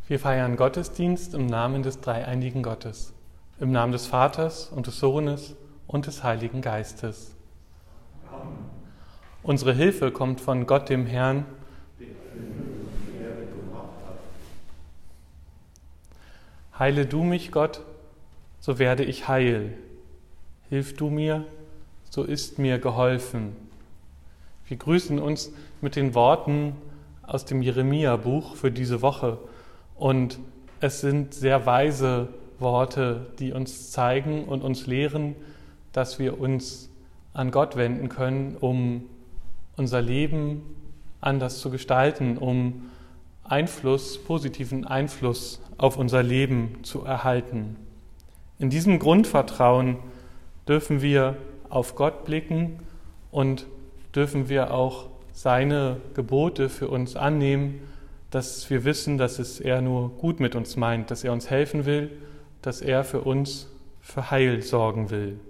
Wir feiern Gottesdienst im Namen des dreieinigen Gottes, im Namen des Vaters und des Sohnes und des Heiligen Geistes. Amen. Unsere Hilfe kommt von Gott, dem Herrn, der Himmel und Erde gemacht hat. Heile du mich, Gott, so werde ich heil. Hilf du mir, so ist mir geholfen. Wir grüßen uns mit den Worten aus dem Jeremia-Buch für diese Woche. Und es sind sehr weise Worte, die uns zeigen und uns lehren, dass wir uns an Gott wenden können, um unser Leben anders zu gestalten, um positiven Einfluss auf unser Leben zu erhalten. In diesem Grundvertrauen dürfen wir auf Gott blicken und dürfen wir auch seine Gebote für uns annehmen, dass wir wissen, dass es er nur gut mit uns meint, dass er uns helfen will, dass er für uns für Heil sorgen will.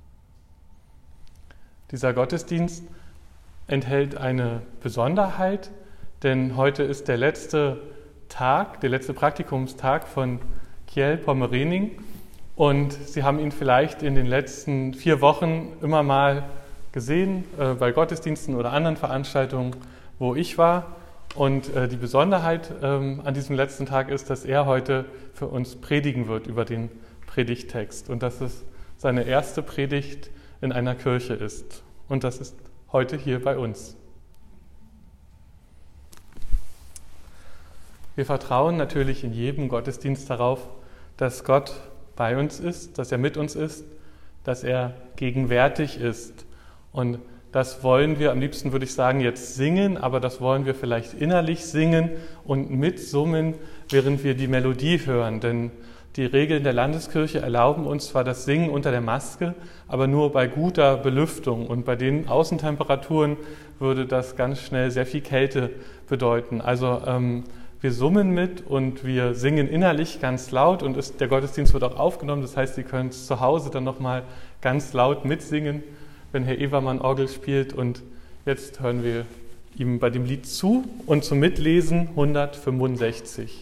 Dieser Gottesdienst enthält eine Besonderheit, denn heute ist der letzte Praktikumstag von Kjell Pommerening und Sie haben ihn vielleicht in den letzten 4 Wochen immer mal gesehen, bei Gottesdiensten oder anderen Veranstaltungen, wo ich war. Und die Besonderheit an diesem letzten Tag ist, dass er heute für uns predigen wird über den Predigttext und dass es seine erste Predigt in einer Kirche ist. Und das ist heute hier bei uns. Wir vertrauen natürlich in jedem Gottesdienst darauf, dass Gott bei uns ist, dass er mit uns ist, dass er gegenwärtig ist. Und das wollen wir, am liebsten würde ich sagen, jetzt singen, aber das wollen wir vielleicht innerlich singen und mitsummen, während wir die Melodie hören. Denn die Regeln der Landeskirche erlauben uns zwar das Singen unter der Maske, aber nur bei guter Belüftung. Und bei den Außentemperaturen würde das ganz schnell sehr viel Kälte bedeuten. Also wir summen mit und wir singen innerlich ganz laut und der Gottesdienst wird auch aufgenommen. Das heißt, Sie können es zu Hause dann nochmal ganz laut mitsingen, wenn Herr Evermann Orgel spielt. Und jetzt hören wir ihm bei dem Lied zu und zum Mitlesen 165.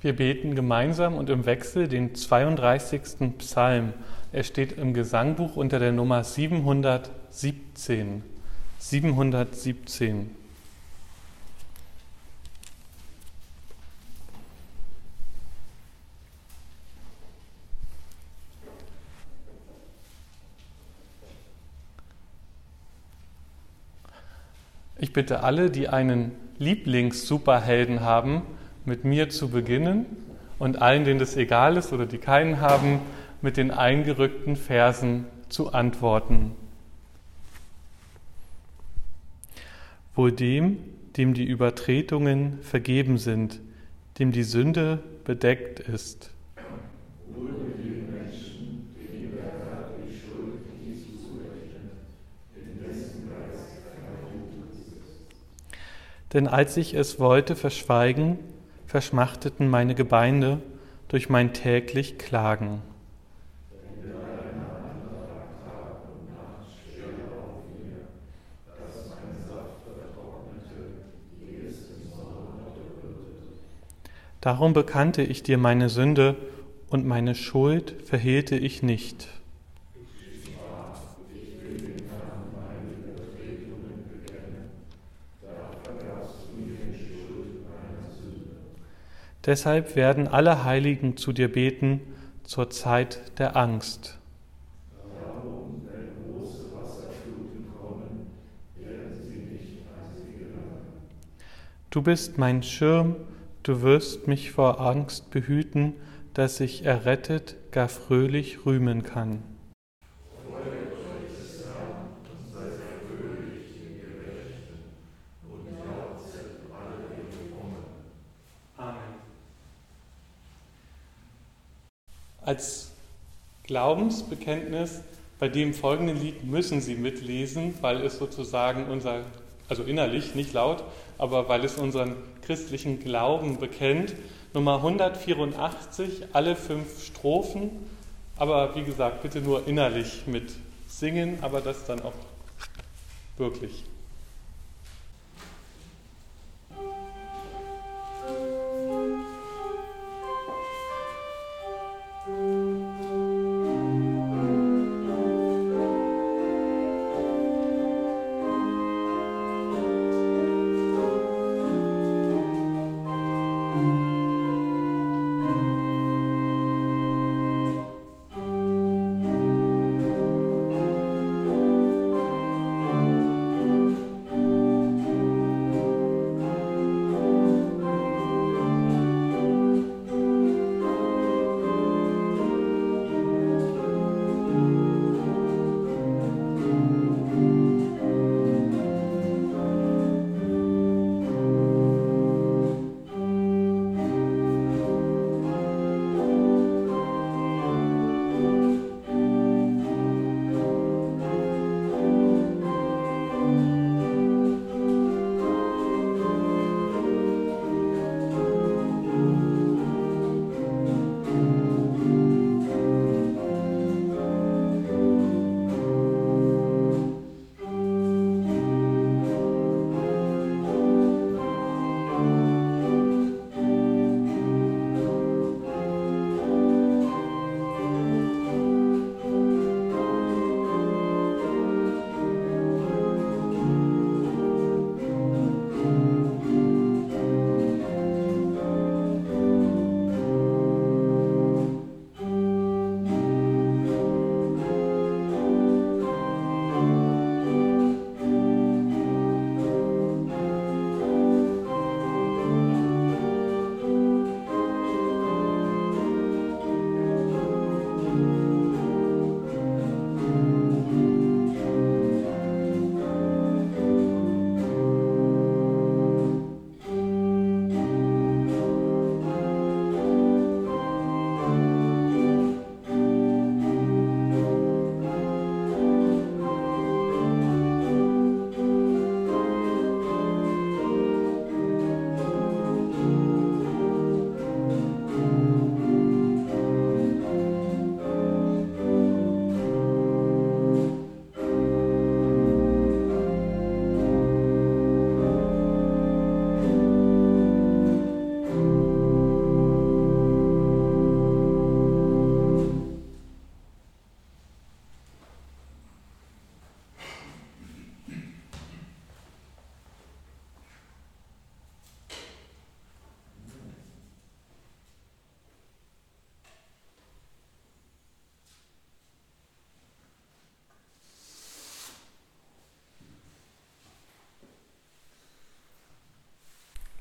Wir beten gemeinsam und im Wechsel den 32. Psalm. Er steht im Gesangbuch unter der Nummer 717. 717. Ich bitte alle, die einen Lieblings-Superhelden haben, mit mir zu beginnen und allen, denen das egal ist oder die keinen haben, mit den eingerückten Versen zu antworten. Wohl dem, dem die Übertretungen vergeben sind, dem die Sünde bedeckt ist. Wohl dem Menschen, dem der Herr die Schuld nicht zurechnet, in dessen Geist verflucht ist. Denn als ich es wollte verschweigen, verschmachteten meine Gebeine durch mein täglich Klagen. Darum bekannte ich dir meine Sünde und meine Schuld verhehlte ich nicht. Deshalb werden alle Heiligen zu dir beten zur Zeit der Angst. Darum, wenn große Wasserfluten kommen, werden sie nicht an sie gelangen. Du bist mein Schirm, du wirst mich vor Angst behüten, dass ich errettet gar fröhlich rühmen kann. Als Glaubensbekenntnis bei dem folgenden Lied müssen Sie mitlesen, weil es sozusagen also innerlich, nicht laut, aber weil es unseren christlichen Glauben bekennt. Nummer 184, alle 5 Strophen, aber wie gesagt, bitte nur innerlich mit singen, aber das dann auch wirklich.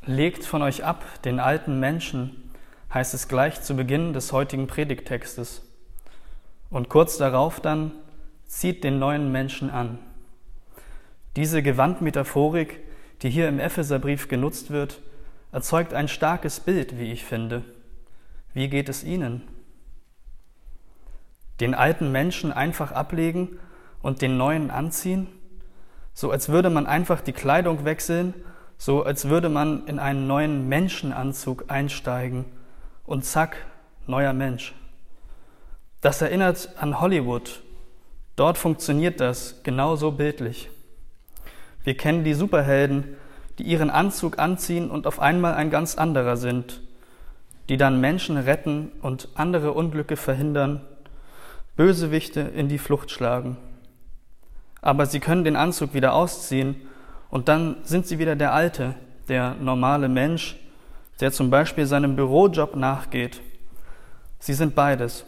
Legt von euch ab den alten Menschen, heißt es gleich zu Beginn des heutigen Predigttextes. Und kurz darauf dann, zieht den neuen Menschen an. Diese Gewandmetaphorik, die hier im Epheserbrief genutzt wird, erzeugt ein starkes Bild, wie ich finde. Wie geht es Ihnen? Den alten Menschen einfach ablegen und den neuen anziehen? So als würde man einfach die Kleidung wechseln, so als würde man in einen neuen Menschenanzug einsteigen und zack, neuer Mensch. Das erinnert an Hollywood. Dort funktioniert das genauso bildlich. Wir kennen die Superhelden, die ihren Anzug anziehen und auf einmal ein ganz anderer sind, die dann Menschen retten und andere Unglücke verhindern, Bösewichte in die Flucht schlagen. Aber sie können den Anzug wieder ausziehen und dann sind sie wieder der Alte, der normale Mensch, der zum Beispiel seinem Bürojob nachgeht. Sie sind beides.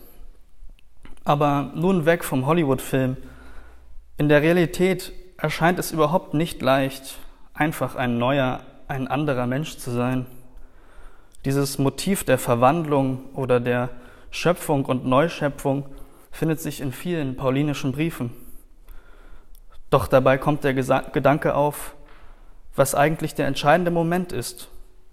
Aber nun weg vom Hollywood-Film. In der Realität erscheint es überhaupt nicht leicht, einfach ein neuer, ein anderer Mensch zu sein. Dieses Motiv der Verwandlung oder der Schöpfung und Neuschöpfung findet sich in vielen paulinischen Briefen. Doch dabei kommt der Gedanke auf, was eigentlich der entscheidende Moment ist.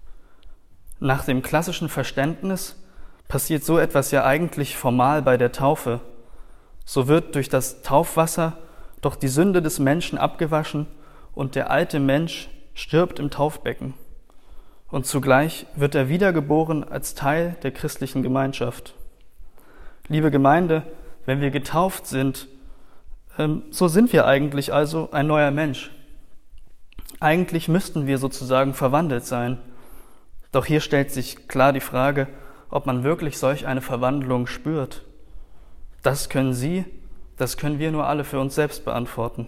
Nach dem klassischen Verständnis passiert so etwas ja eigentlich formal bei der Taufe. So wird durch das Taufwasser doch die Sünde des Menschen abgewaschen und der alte Mensch stirbt im Taufbecken. Und zugleich wird er wiedergeboren als Teil der christlichen Gemeinschaft. Liebe Gemeinde, wenn wir getauft sind, so sind wir eigentlich also ein neuer Mensch. Eigentlich müssten wir sozusagen verwandelt sein. Doch hier stellt sich klar die Frage, ob man wirklich solch eine Verwandlung spürt. Das können Sie, das können wir nur alle für uns selbst beantworten.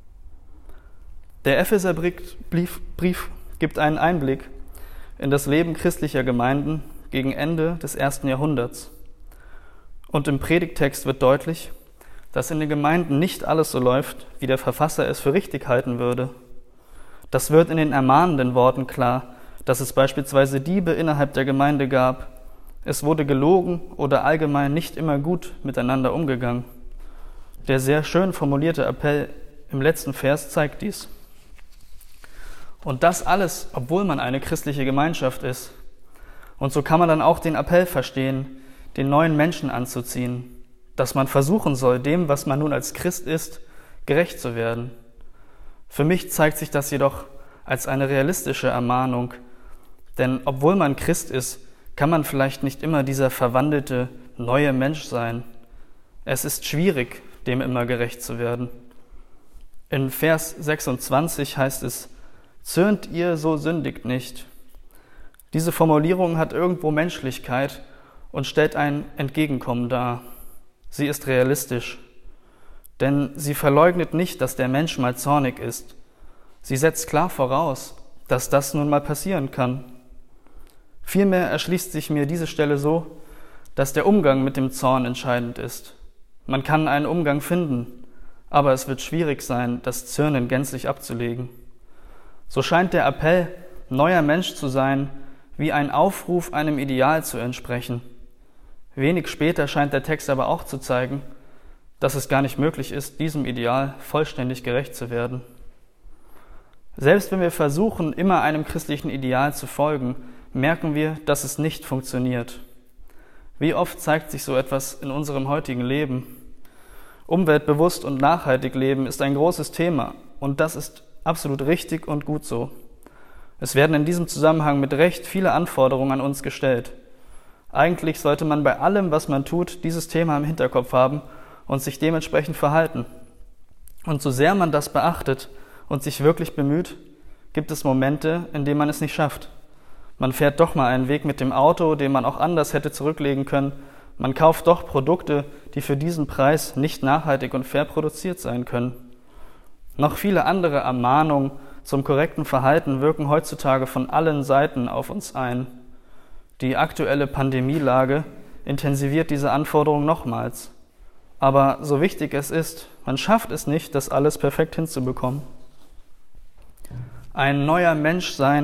Der Epheserbrief gibt einen Einblick in das Leben christlicher Gemeinden gegen Ende des 1. Jahrhunderts. Und im Predigttext wird deutlich, dass in den Gemeinden nicht alles so läuft, wie der Verfasser es für richtig halten würde. Das wird in den ermahnenden Worten klar, dass es beispielsweise Diebe innerhalb der Gemeinde gab. Es wurde gelogen oder allgemein nicht immer gut miteinander umgegangen. Der sehr schön formulierte Appell im letzten Vers zeigt dies. Und das alles, obwohl man eine christliche Gemeinschaft ist. Und so kann man dann auch den Appell verstehen, den neuen Menschen anzuziehen, dass man versuchen soll, dem, was man nun als Christ ist, gerecht zu werden. Für mich zeigt sich das jedoch als eine realistische Ermahnung, denn obwohl man Christ ist, kann man vielleicht nicht immer dieser verwandelte, neue Mensch sein. Es ist schwierig, dem immer gerecht zu werden. In Vers 26 heißt es, zürnt ihr, so sündigt nicht. Diese Formulierung hat irgendwo Menschlichkeit und stellt ein Entgegenkommen dar. Sie ist realistisch, denn sie verleugnet nicht, dass der Mensch mal zornig ist. Sie setzt klar voraus, dass das nun mal passieren kann. Vielmehr erschließt sich mir diese Stelle so, dass der Umgang mit dem Zorn entscheidend ist. Man kann einen Umgang finden, aber es wird schwierig sein, das Zürnen gänzlich abzulegen. So scheint der Appell, neuer Mensch zu sein, wie ein Aufruf, einem Ideal zu entsprechen. Wenig später scheint der Text aber auch zu zeigen, dass es gar nicht möglich ist, diesem Ideal vollständig gerecht zu werden. Selbst wenn wir versuchen, immer einem christlichen Ideal zu folgen, merken wir, dass es nicht funktioniert. Wie oft zeigt sich so etwas in unserem heutigen Leben? Umweltbewusst und nachhaltig leben ist ein großes Thema und das ist absolut richtig und gut so. Es werden in diesem Zusammenhang mit Recht viele Anforderungen an uns gestellt. Eigentlich sollte man bei allem, was man tut, dieses Thema im Hinterkopf haben und sich dementsprechend verhalten. Und so sehr man das beachtet und sich wirklich bemüht, gibt es Momente, in denen man es nicht schafft. Man fährt doch mal einen Weg mit dem Auto, den man auch anders hätte zurücklegen können. Man kauft doch Produkte, die für diesen Preis nicht nachhaltig und fair produziert sein können. Noch viele andere Ermahnungen zum korrekten Verhalten wirken heutzutage von allen Seiten auf uns ein. Die aktuelle Pandemielage intensiviert diese Anforderungen nochmals. Aber so wichtig es ist, man schafft es nicht, das alles perfekt hinzubekommen. Ein neuer Mensch sein,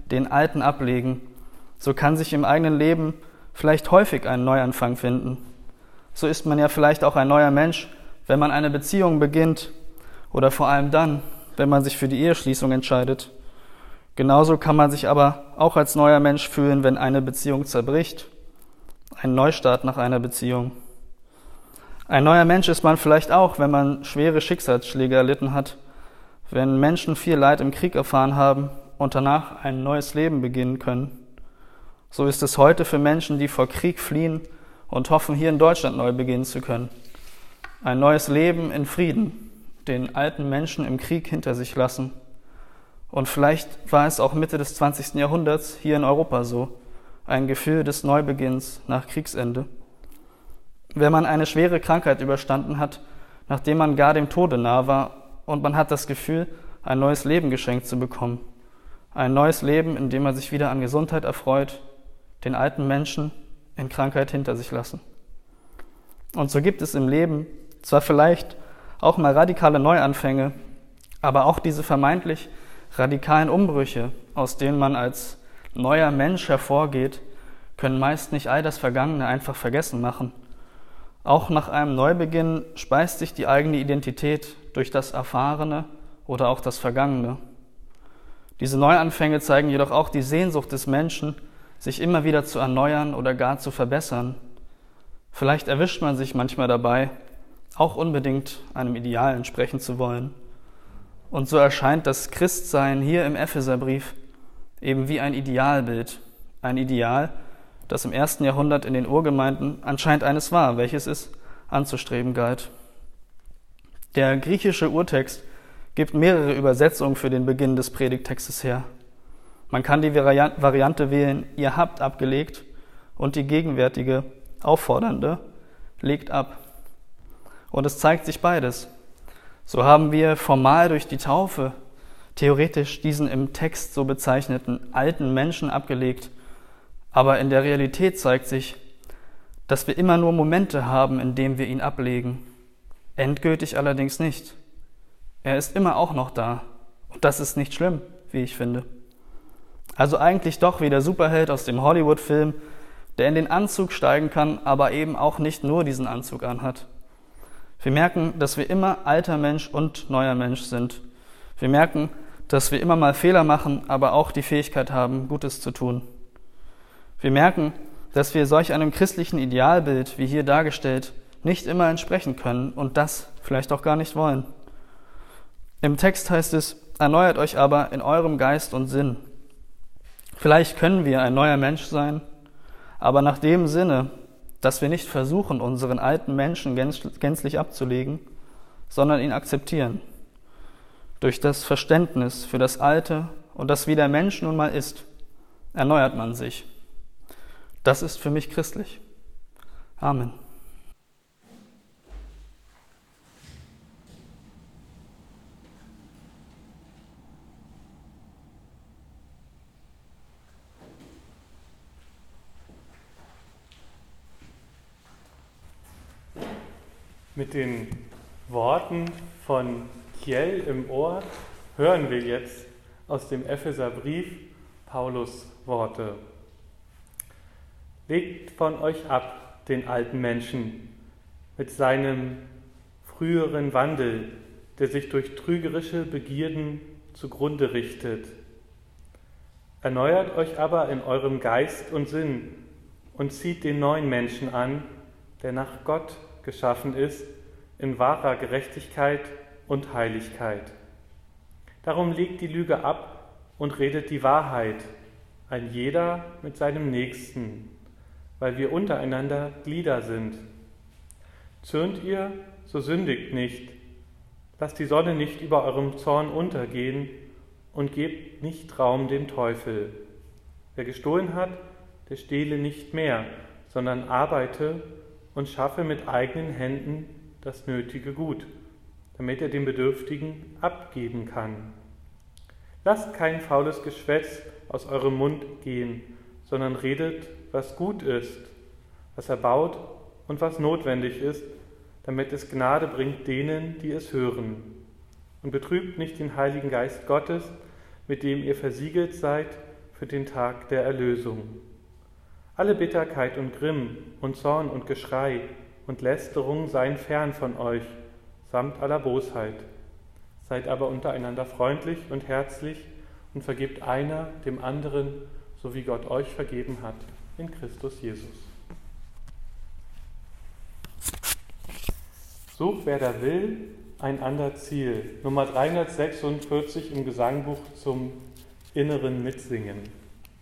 den alten ablegen, so kann sich im eigenen Leben vielleicht häufig ein Neuanfang finden. So ist man ja vielleicht auch ein neuer Mensch, wenn man eine Beziehung beginnt oder vor allem dann, wenn man sich für die Eheschließung entscheidet. Genauso kann man sich aber auch als neuer Mensch fühlen, wenn eine Beziehung zerbricht. Ein Neustart nach einer Beziehung. Ein neuer Mensch ist man vielleicht auch, wenn man schwere Schicksalsschläge erlitten hat, wenn Menschen viel Leid im Krieg erfahren haben und danach ein neues Leben beginnen können. So ist es heute für Menschen, die vor Krieg fliehen und hoffen, hier in Deutschland neu beginnen zu können. Ein neues Leben in Frieden, den alten Menschen im Krieg hinter sich lassen. Und vielleicht war es auch Mitte des 20. Jahrhunderts hier in Europa so, ein Gefühl des Neubeginns nach Kriegsende. Wenn man eine schwere Krankheit überstanden hat, nachdem man gar dem Tode nah war, und man hat das Gefühl, ein neues Leben geschenkt zu bekommen. Ein neues Leben, in dem man sich wieder an Gesundheit erfreut, den alten Menschen in Krankheit hinter sich lassen. Und so gibt es im Leben zwar vielleicht auch mal radikale Neuanfänge, aber auch diese vermeintlich radikalen Umbrüche, aus denen man als neuer Mensch hervorgeht, können meist nicht all das Vergangene einfach vergessen machen. Auch nach einem Neubeginn speist sich die eigene Identität durch das Erfahrene oder auch das Vergangene. Diese Neuanfänge zeigen jedoch auch die Sehnsucht des Menschen, sich immer wieder zu erneuern oder gar zu verbessern. Vielleicht erwischt man sich manchmal dabei, auch unbedingt einem Ideal entsprechen zu wollen. Und so erscheint das Christsein hier im Epheserbrief eben wie ein Idealbild. Ein Ideal, das im 1. Jahrhundert in den Urgemeinden anscheinend eines war, welches es anzustreben galt. Der griechische Urtext gibt mehrere Übersetzungen für den Beginn des Predigttextes her. Man kann die Variante wählen, ihr habt abgelegt, und die gegenwärtige, auffordernde, legt ab. Und es zeigt sich beides. So haben wir formal durch die Taufe theoretisch diesen im Text so bezeichneten alten Menschen abgelegt, aber in der Realität zeigt sich, dass wir immer nur Momente haben, in denen wir ihn ablegen. Endgültig allerdings nicht. Er ist immer auch noch da. Und das ist nicht schlimm, wie ich finde. Also eigentlich doch wie der Superheld aus dem Hollywood-Film, der in den Anzug steigen kann, aber eben auch nicht nur diesen Anzug anhat. Wir merken, dass wir immer alter Mensch und neuer Mensch sind. Wir merken, dass wir immer mal Fehler machen, aber auch die Fähigkeit haben, Gutes zu tun. Wir merken, dass wir solch einem christlichen Idealbild, wie hier dargestellt, nicht immer entsprechen können und das vielleicht auch gar nicht wollen. Im Text heißt es, erneuert euch aber in eurem Geist und Sinn. Vielleicht können wir ein neuer Mensch sein, aber nach dem Sinne, dass wir nicht versuchen, unseren alten Menschen gänzlich abzulegen, sondern ihn akzeptieren. Durch das Verständnis für das Alte und das, wie der Mensch nun mal ist, erneuert man sich. Das ist für mich christlich. Amen. Mit den Worten von Kjell im Ohr hören wir jetzt aus dem Epheserbrief Paulus Worte. Legt von euch ab den alten Menschen mit seinem früheren Wandel, der sich durch trügerische Begierden zugrunde richtet. Erneuert euch aber in eurem Geist und Sinn und zieht den neuen Menschen an, der nach Gott geschaffen ist, in wahrer Gerechtigkeit und Heiligkeit. Darum legt die Lüge ab und redet die Wahrheit, ein jeder mit seinem Nächsten, weil wir untereinander Glieder sind. Zürnt ihr, so sündigt nicht. Lasst die Sonne nicht über eurem Zorn untergehen und gebt nicht Raum dem Teufel. Wer gestohlen hat, der stehle nicht mehr, sondern arbeite und schaffe mit eigenen Händen das nötige Gut, damit er dem Bedürftigen abgeben kann. Lasst kein faules Geschwätz aus eurem Mund gehen, sondern redet, was gut ist, was erbaut und was notwendig ist, damit es Gnade bringt denen, die es hören. Und betrübt nicht den Heiligen Geist Gottes, mit dem ihr versiegelt seid für den Tag der Erlösung. Alle Bitterkeit und Grimm und Zorn und Geschrei und Lästerung seien fern von euch, samt aller Bosheit. Seid aber untereinander freundlich und herzlich und vergebt einer dem anderen, so wie Gott euch vergeben hat, in Christus Jesus. Such, wer da will, ein ander Ziel. Nummer 346 im Gesangbuch zum inneren Mitsingen.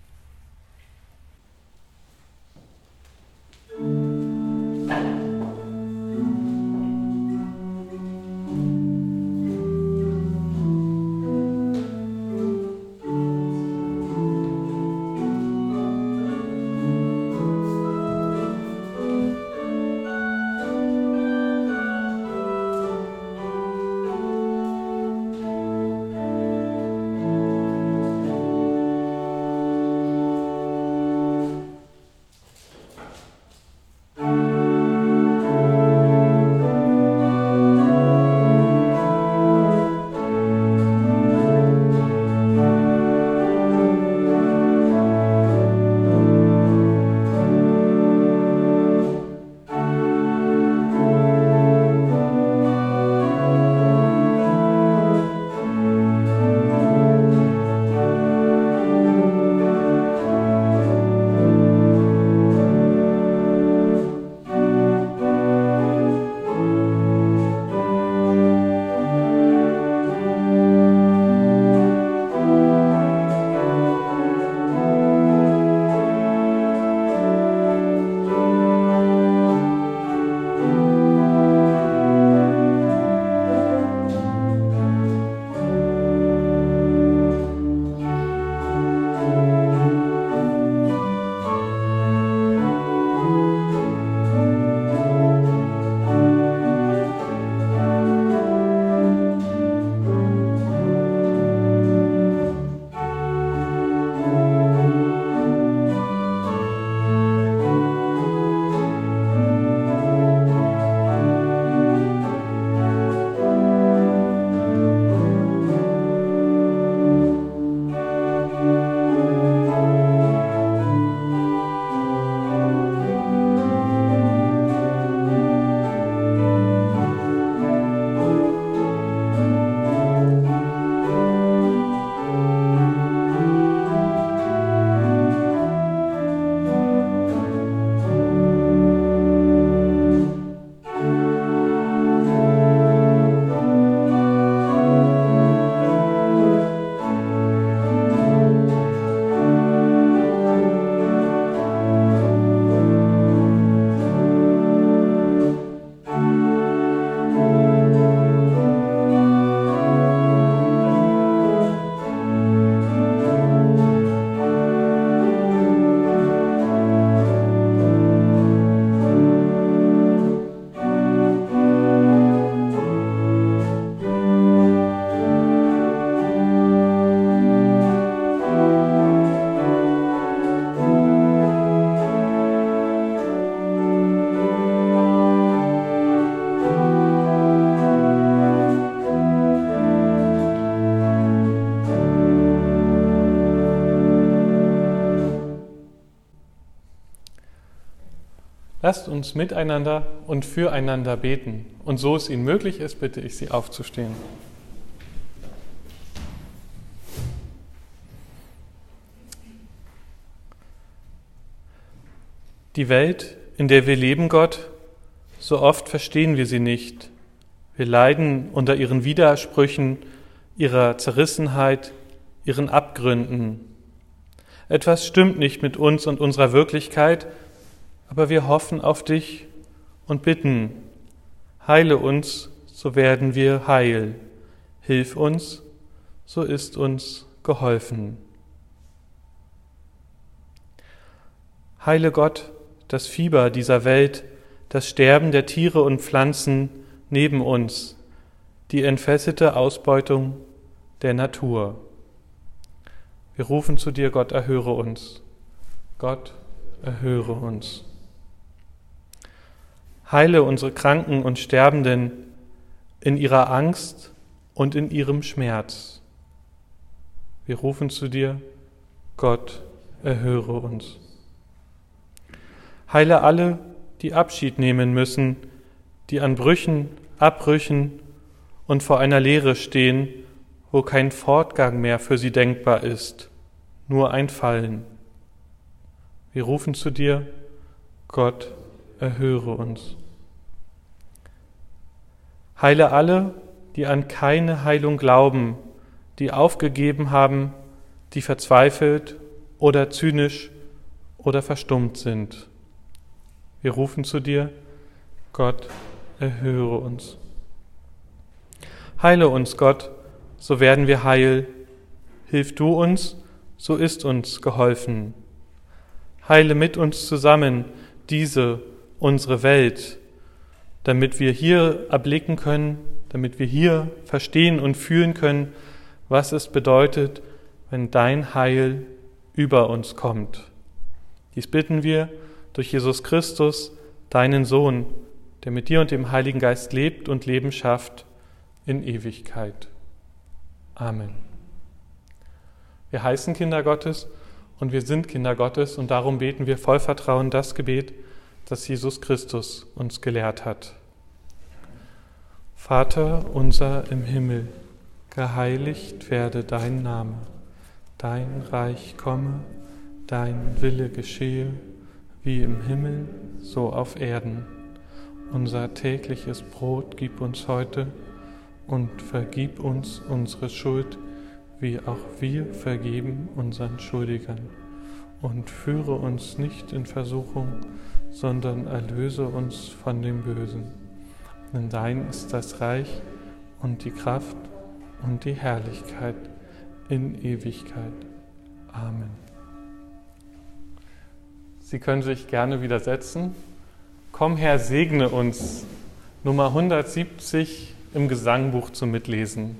Lasst uns miteinander und füreinander beten. Und so es Ihnen möglich ist, bitte ich Sie aufzustehen. Die Welt, in der wir leben, Gott, so oft verstehen wir sie nicht. Wir leiden unter ihren Widersprüchen, ihrer Zerrissenheit, ihren Abgründen. Etwas stimmt nicht mit uns und unserer Wirklichkeit, aber wir hoffen auf dich und bitten, heile uns, so werden wir heil. Hilf uns, so ist uns geholfen. Heile Gott, das Fieber dieser Welt, das Sterben der Tiere und Pflanzen neben uns, die entfesselte Ausbeutung der Natur. Wir rufen zu dir, Gott, erhöre uns. Gott, erhöre uns. Heile unsere Kranken und Sterbenden in ihrer Angst und in ihrem Schmerz. Wir rufen zu dir, Gott, erhöre uns. Heile alle, die Abschied nehmen müssen, die an Brüchen, Abbrüchen und vor einer Leere stehen, wo kein Fortgang mehr für sie denkbar ist, nur ein Fallen. Wir rufen zu dir, Gott, erhöre uns. Heile alle, die an keine Heilung glauben, die aufgegeben haben, die verzweifelt oder zynisch oder verstummt sind. Wir rufen zu dir, Gott, erhöre uns. Heile uns, Gott, so werden wir heil. Hilf du uns, so ist uns geholfen. Heile mit uns zusammen diese, unsere Welt, damit wir hier erblicken können, damit wir hier verstehen und fühlen können, was es bedeutet, wenn dein Heil über uns kommt. Dies bitten wir durch Jesus Christus, deinen Sohn, der mit dir und dem Heiligen Geist lebt und Leben schafft in Ewigkeit. Amen. Wir heißen Kinder Gottes und wir sind Kinder Gottes und darum beten wir voll Vertrauen das Gebet, das Jesus Christus uns gelehrt hat. Vater unser im Himmel, geheiligt werde dein Name, dein Reich komme, dein Wille geschehe, wie im Himmel, so auf Erden. Unser tägliches Brot gib uns heute und vergib uns unsere Schuld, wie auch wir vergeben unseren Schuldigern. Und führe uns nicht in Versuchung, sondern erlöse uns von dem Bösen. Denn dein ist das Reich und die Kraft und die Herrlichkeit in Ewigkeit. Amen. Sie können sich gerne wieder setzen. Komm Herr, segne uns. Nummer 170 im Gesangbuch zum Mitlesen.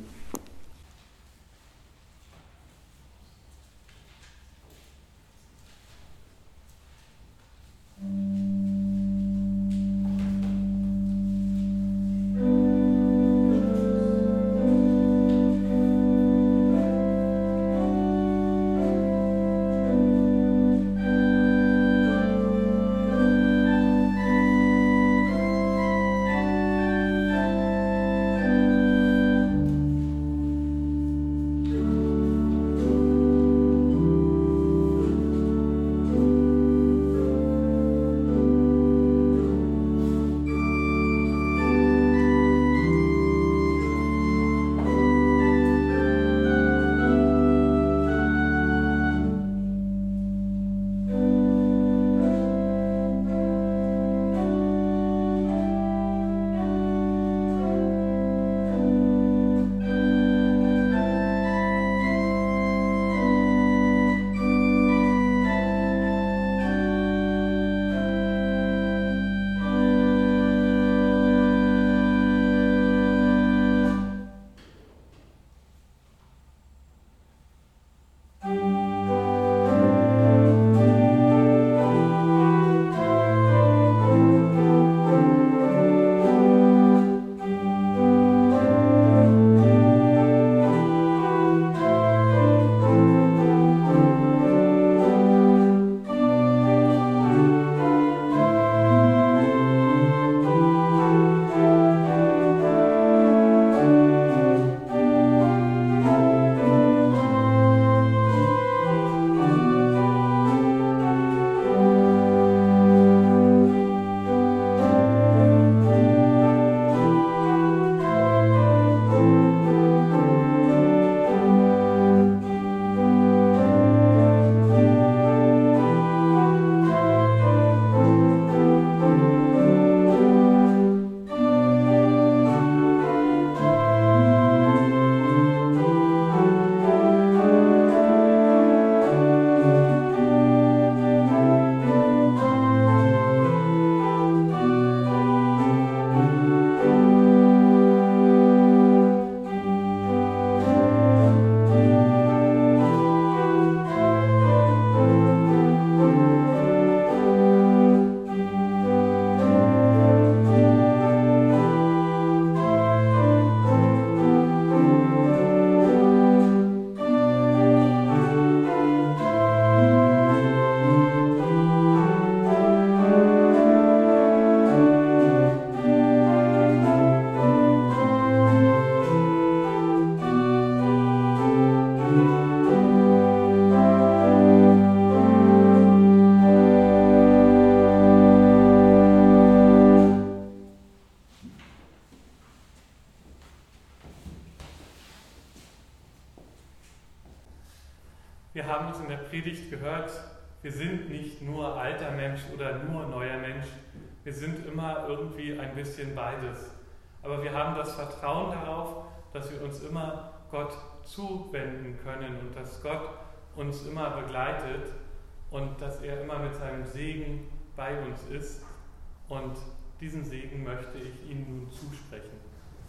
Predigt gehört, wir sind nicht nur alter Mensch oder nur neuer Mensch. Wir sind immer irgendwie ein bisschen beides. Aber wir haben das Vertrauen darauf, dass wir uns immer Gott zuwenden können und dass Gott uns immer begleitet und dass er immer mit seinem Segen bei uns ist. Und diesen Segen möchte ich Ihnen nun zusprechen.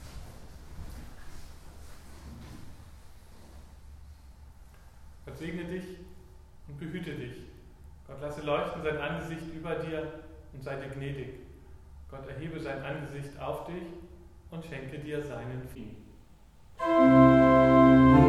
Gott segne dich und behüte dich. Gott lasse leuchten sein Angesicht über dir und sei dir gnädig. Gott erhebe sein Angesicht auf dich und schenke dir seinen Frieden.